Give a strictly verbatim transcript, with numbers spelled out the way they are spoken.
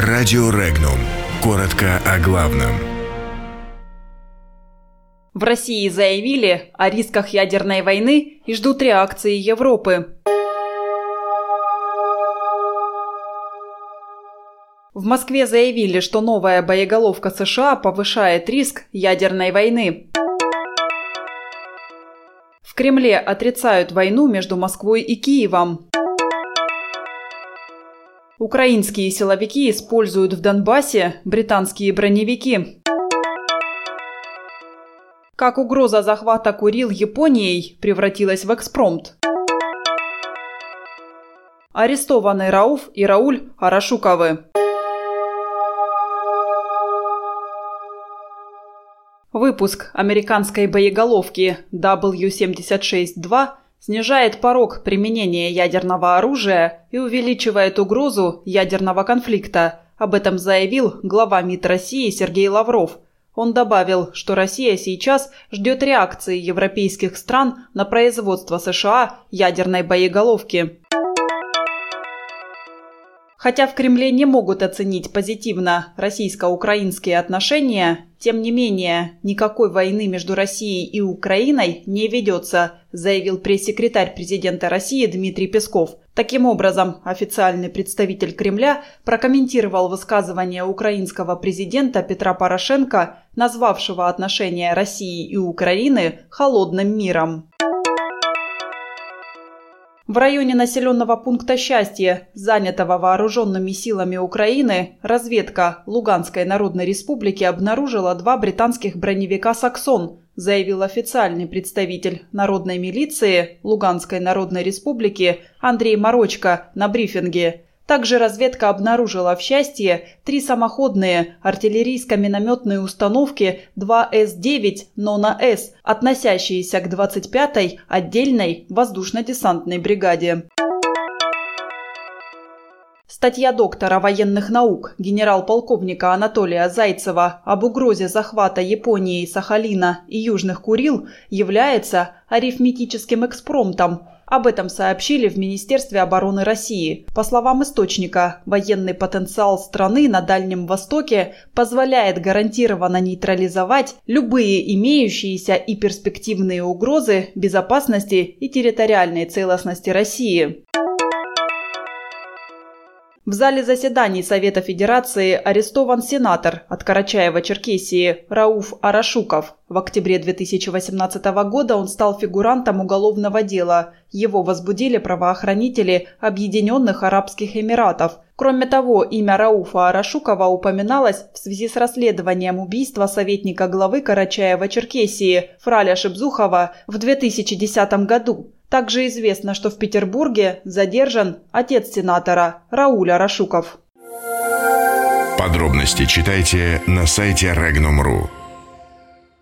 Радио Регнум. Коротко о главном. В России заявили о рисках ядерной войны и ждут реакции Европы. В Москве заявили, что новая боеголовка США повышает риск ядерной войны. В Кремле отрицают войну между Москвой и Киевом. Украинские силовики используют в Донбассе британские броневики. Как угроза захвата Курил Японией превратилась в экспромт. Арестованы Рауф и Рауль Арашуковы. Выпуск американской боеголовки дабл ю семьдесят шесть два снижает порог применения ядерного оружия и увеличивает угрозу ядерного конфликта. Об этом заявил глава МИД России Сергей Лавров. Он добавил, что Россия сейчас ждет реакции европейских стран на производство США ядерной боеголовки. Хотя в Кремле не могут оценить позитивно российско-украинские отношения, тем не менее, никакой войны между Россией и Украиной не ведется, заявил пресс-секретарь президента России Дмитрий Песков. Таким образом, официальный представитель Кремля прокомментировал высказывание украинского президента Петра Порошенко, назвавшего отношения России и Украины холодным миром. В районе населенного пункта Счастье, занятого вооруженными силами Украины, разведка Луганской Народной Республики обнаружила два британских броневика «Саксон», заявил официальный представитель народной милиции Луганской Народной Республики Андрей Морочко на брифинге. Также разведка обнаружила в Счастье три самоходные артиллерийско-минометные установки два эс девять Нона-С, относящиеся к двадцать пятой отдельной воздушно-десантной бригаде. Статья доктора военных наук генерал-полковника Анатолия Зайцева об угрозе захвата Японией Сахалина и Южных Курил является арифметическим экспромтом. Об этом сообщили в Министерстве обороны России. По словам источника, военный потенциал страны на Дальнем Востоке позволяет гарантированно нейтрализовать любые имеющиеся и перспективные угрозы безопасности и территориальной целостности России. В зале заседаний Совета Федерации арестован сенатор от Карачаева-Черкесии Рауф Арашуков. В октябре две тысячи восемнадцатого года он стал фигурантом уголовного дела. Его возбудили правоохранители Объединенных Арабских Эмиратов. Кроме того, имя Рауфа Арашукова упоминалось в связи с расследованием убийства советника главы Карачаева-Черкесии Фраля Шибзухова в две тысячи десятом году. Также известно, что в Петербурге задержан отец сенатора Рауль Арашуков. Подробности читайте на сайте регнум точка ру.